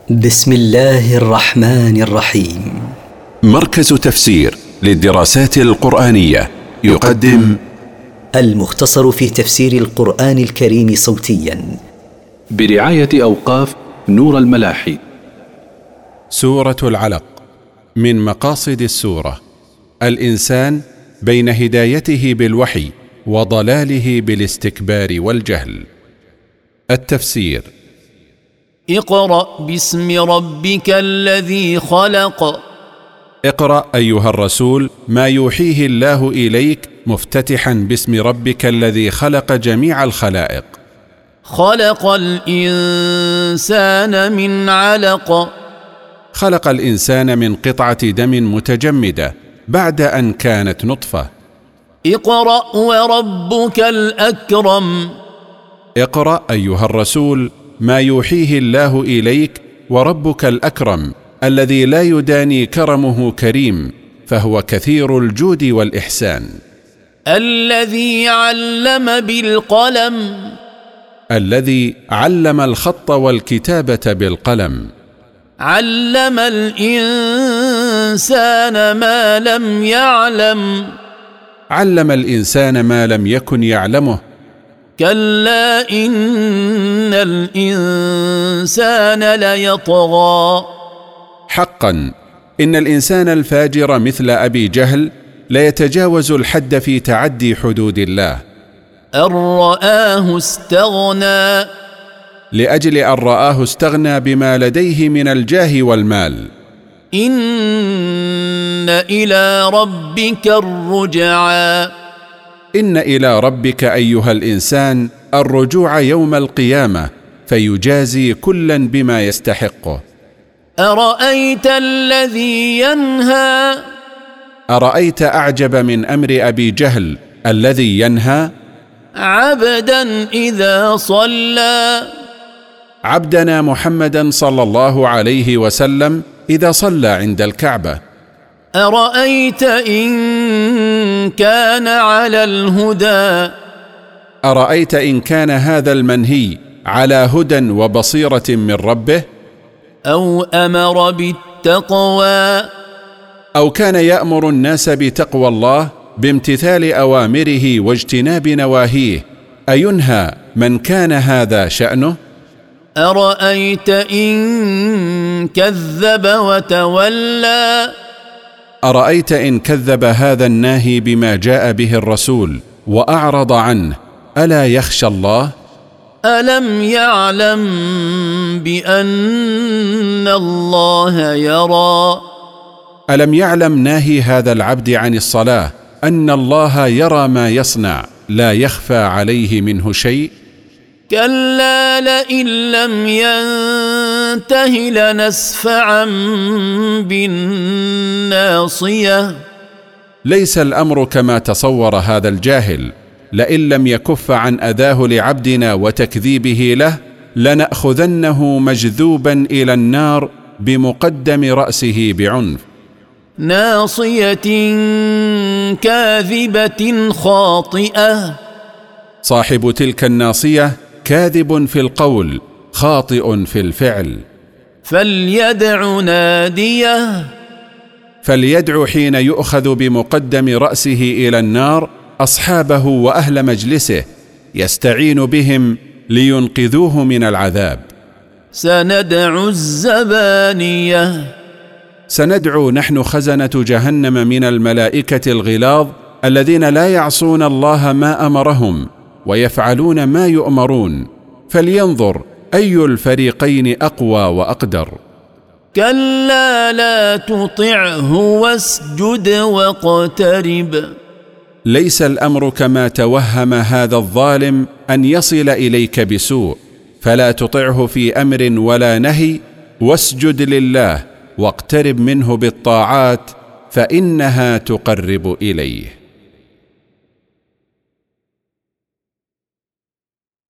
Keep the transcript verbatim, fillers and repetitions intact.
بسم الله الرحمن الرحيم. مركز تفسير للدراسات القرآنية يقدم المختصر في تفسير القرآن الكريم صوتيا برعاية أوقاف نور الملاحي. سورة العلق. من مقاصد السورة الإنسان بين هدايته بالوحي وضلاله بالاستكبار والجهل. التفسير: اقرأ باسم ربك الذي خلق. اقرأ أيها الرسول ما يوحيه الله إليك مفتتحا باسم ربك الذي خلق جميع الخلائق. خلق الإنسان من علق. خلق الإنسان من قطعة دم متجمدة بعد أن كانت نطفة. اقرأ وربك الأكرم. اقرأ أيها الرسول ما يوحيه الله إليك وربك الأكرم الذي لا يداني كرمه كريم، فهو كثير الجود والإحسان. الذي علم بالقلم. الذي علم الخط والكتابة بالقلم. علم الإنسان ما لم يعلم. علم الإنسان ما لم يكن يعلمه. كلا إن الإنسان ليطغى. حقا إن الإنسان الفاجر مثل أبي جهل ليتجاوز الحد في تعدي حدود الله. أن رآه استغنى. لأجل أن رآه استغنى بما لديه من الجاه والمال. إن إلى ربك الرجعى. إن إلى ربك أيها الإنسان الرجوع يوم القيامة، فيجازي كلا بما يستحقه. أرأيت الذي ينهى. أرأيت أعجب من أمر أبي جهل الذي ينهى عبدا إذا صلى. عبدنا محمدا صلى الله عليه وسلم إذا صلى عند الكعبة. أرأيت إن كان على الهدى. أرأيت إن كان هذا المنهي على هدى وبصيرة من ربه، أو أمر بالتقوى، أو كان يأمر الناس بتقوى الله بامتثال أوامره واجتناب نواهيه، أينهى من كان هذا شأنه؟ أرأيت إن كذب وتولى. أرأيت إن كذب هذا الناهي بما جاء به الرسول وأعرض عنه، ألا يخشى الله؟ ألم يعلم بأن الله يرى. ألم يعلم ناهي هذا العبد عن الصلاة أن الله يرى ما يصنع، لا يخفى عليه منه شيء؟ كلا لئن لم ينته لنسفعا بالناصية. ليس الأمر كما تصور هذا الجاهل، لئن لم يكف عن أذاه لعبدنا وتكذيبه له لنأخذنه مجذوبا إلى النار بمقدم رأسه بعنف. ناصية كاذبة خاطئة. صاحب تلك الناصية كاذب في القول خاطئ في الفعل. فليدع ناديه. فليدع حين يؤخذ بمقدم رأسه إلى النار أصحابه وأهل مجلسه، يستعين بهم لينقذوه من العذاب. سندع الزبانية. سندعو نحن خزنة جهنم من الملائكة الغلاظ الذين لا يعصون الله ما أمرهم ويفعلون ما يؤمرون، فلينظر أي الفريقين أقوى وأقدر. كلا لا تطعه واسجد واقترب. ليس الأمر كما توهم هذا الظالم أن يصل إليك بسوء، فلا تطعه في أمر ولا نهي، واسجد لله واقترب منه بالطاعات، فإنها تقرب إليه.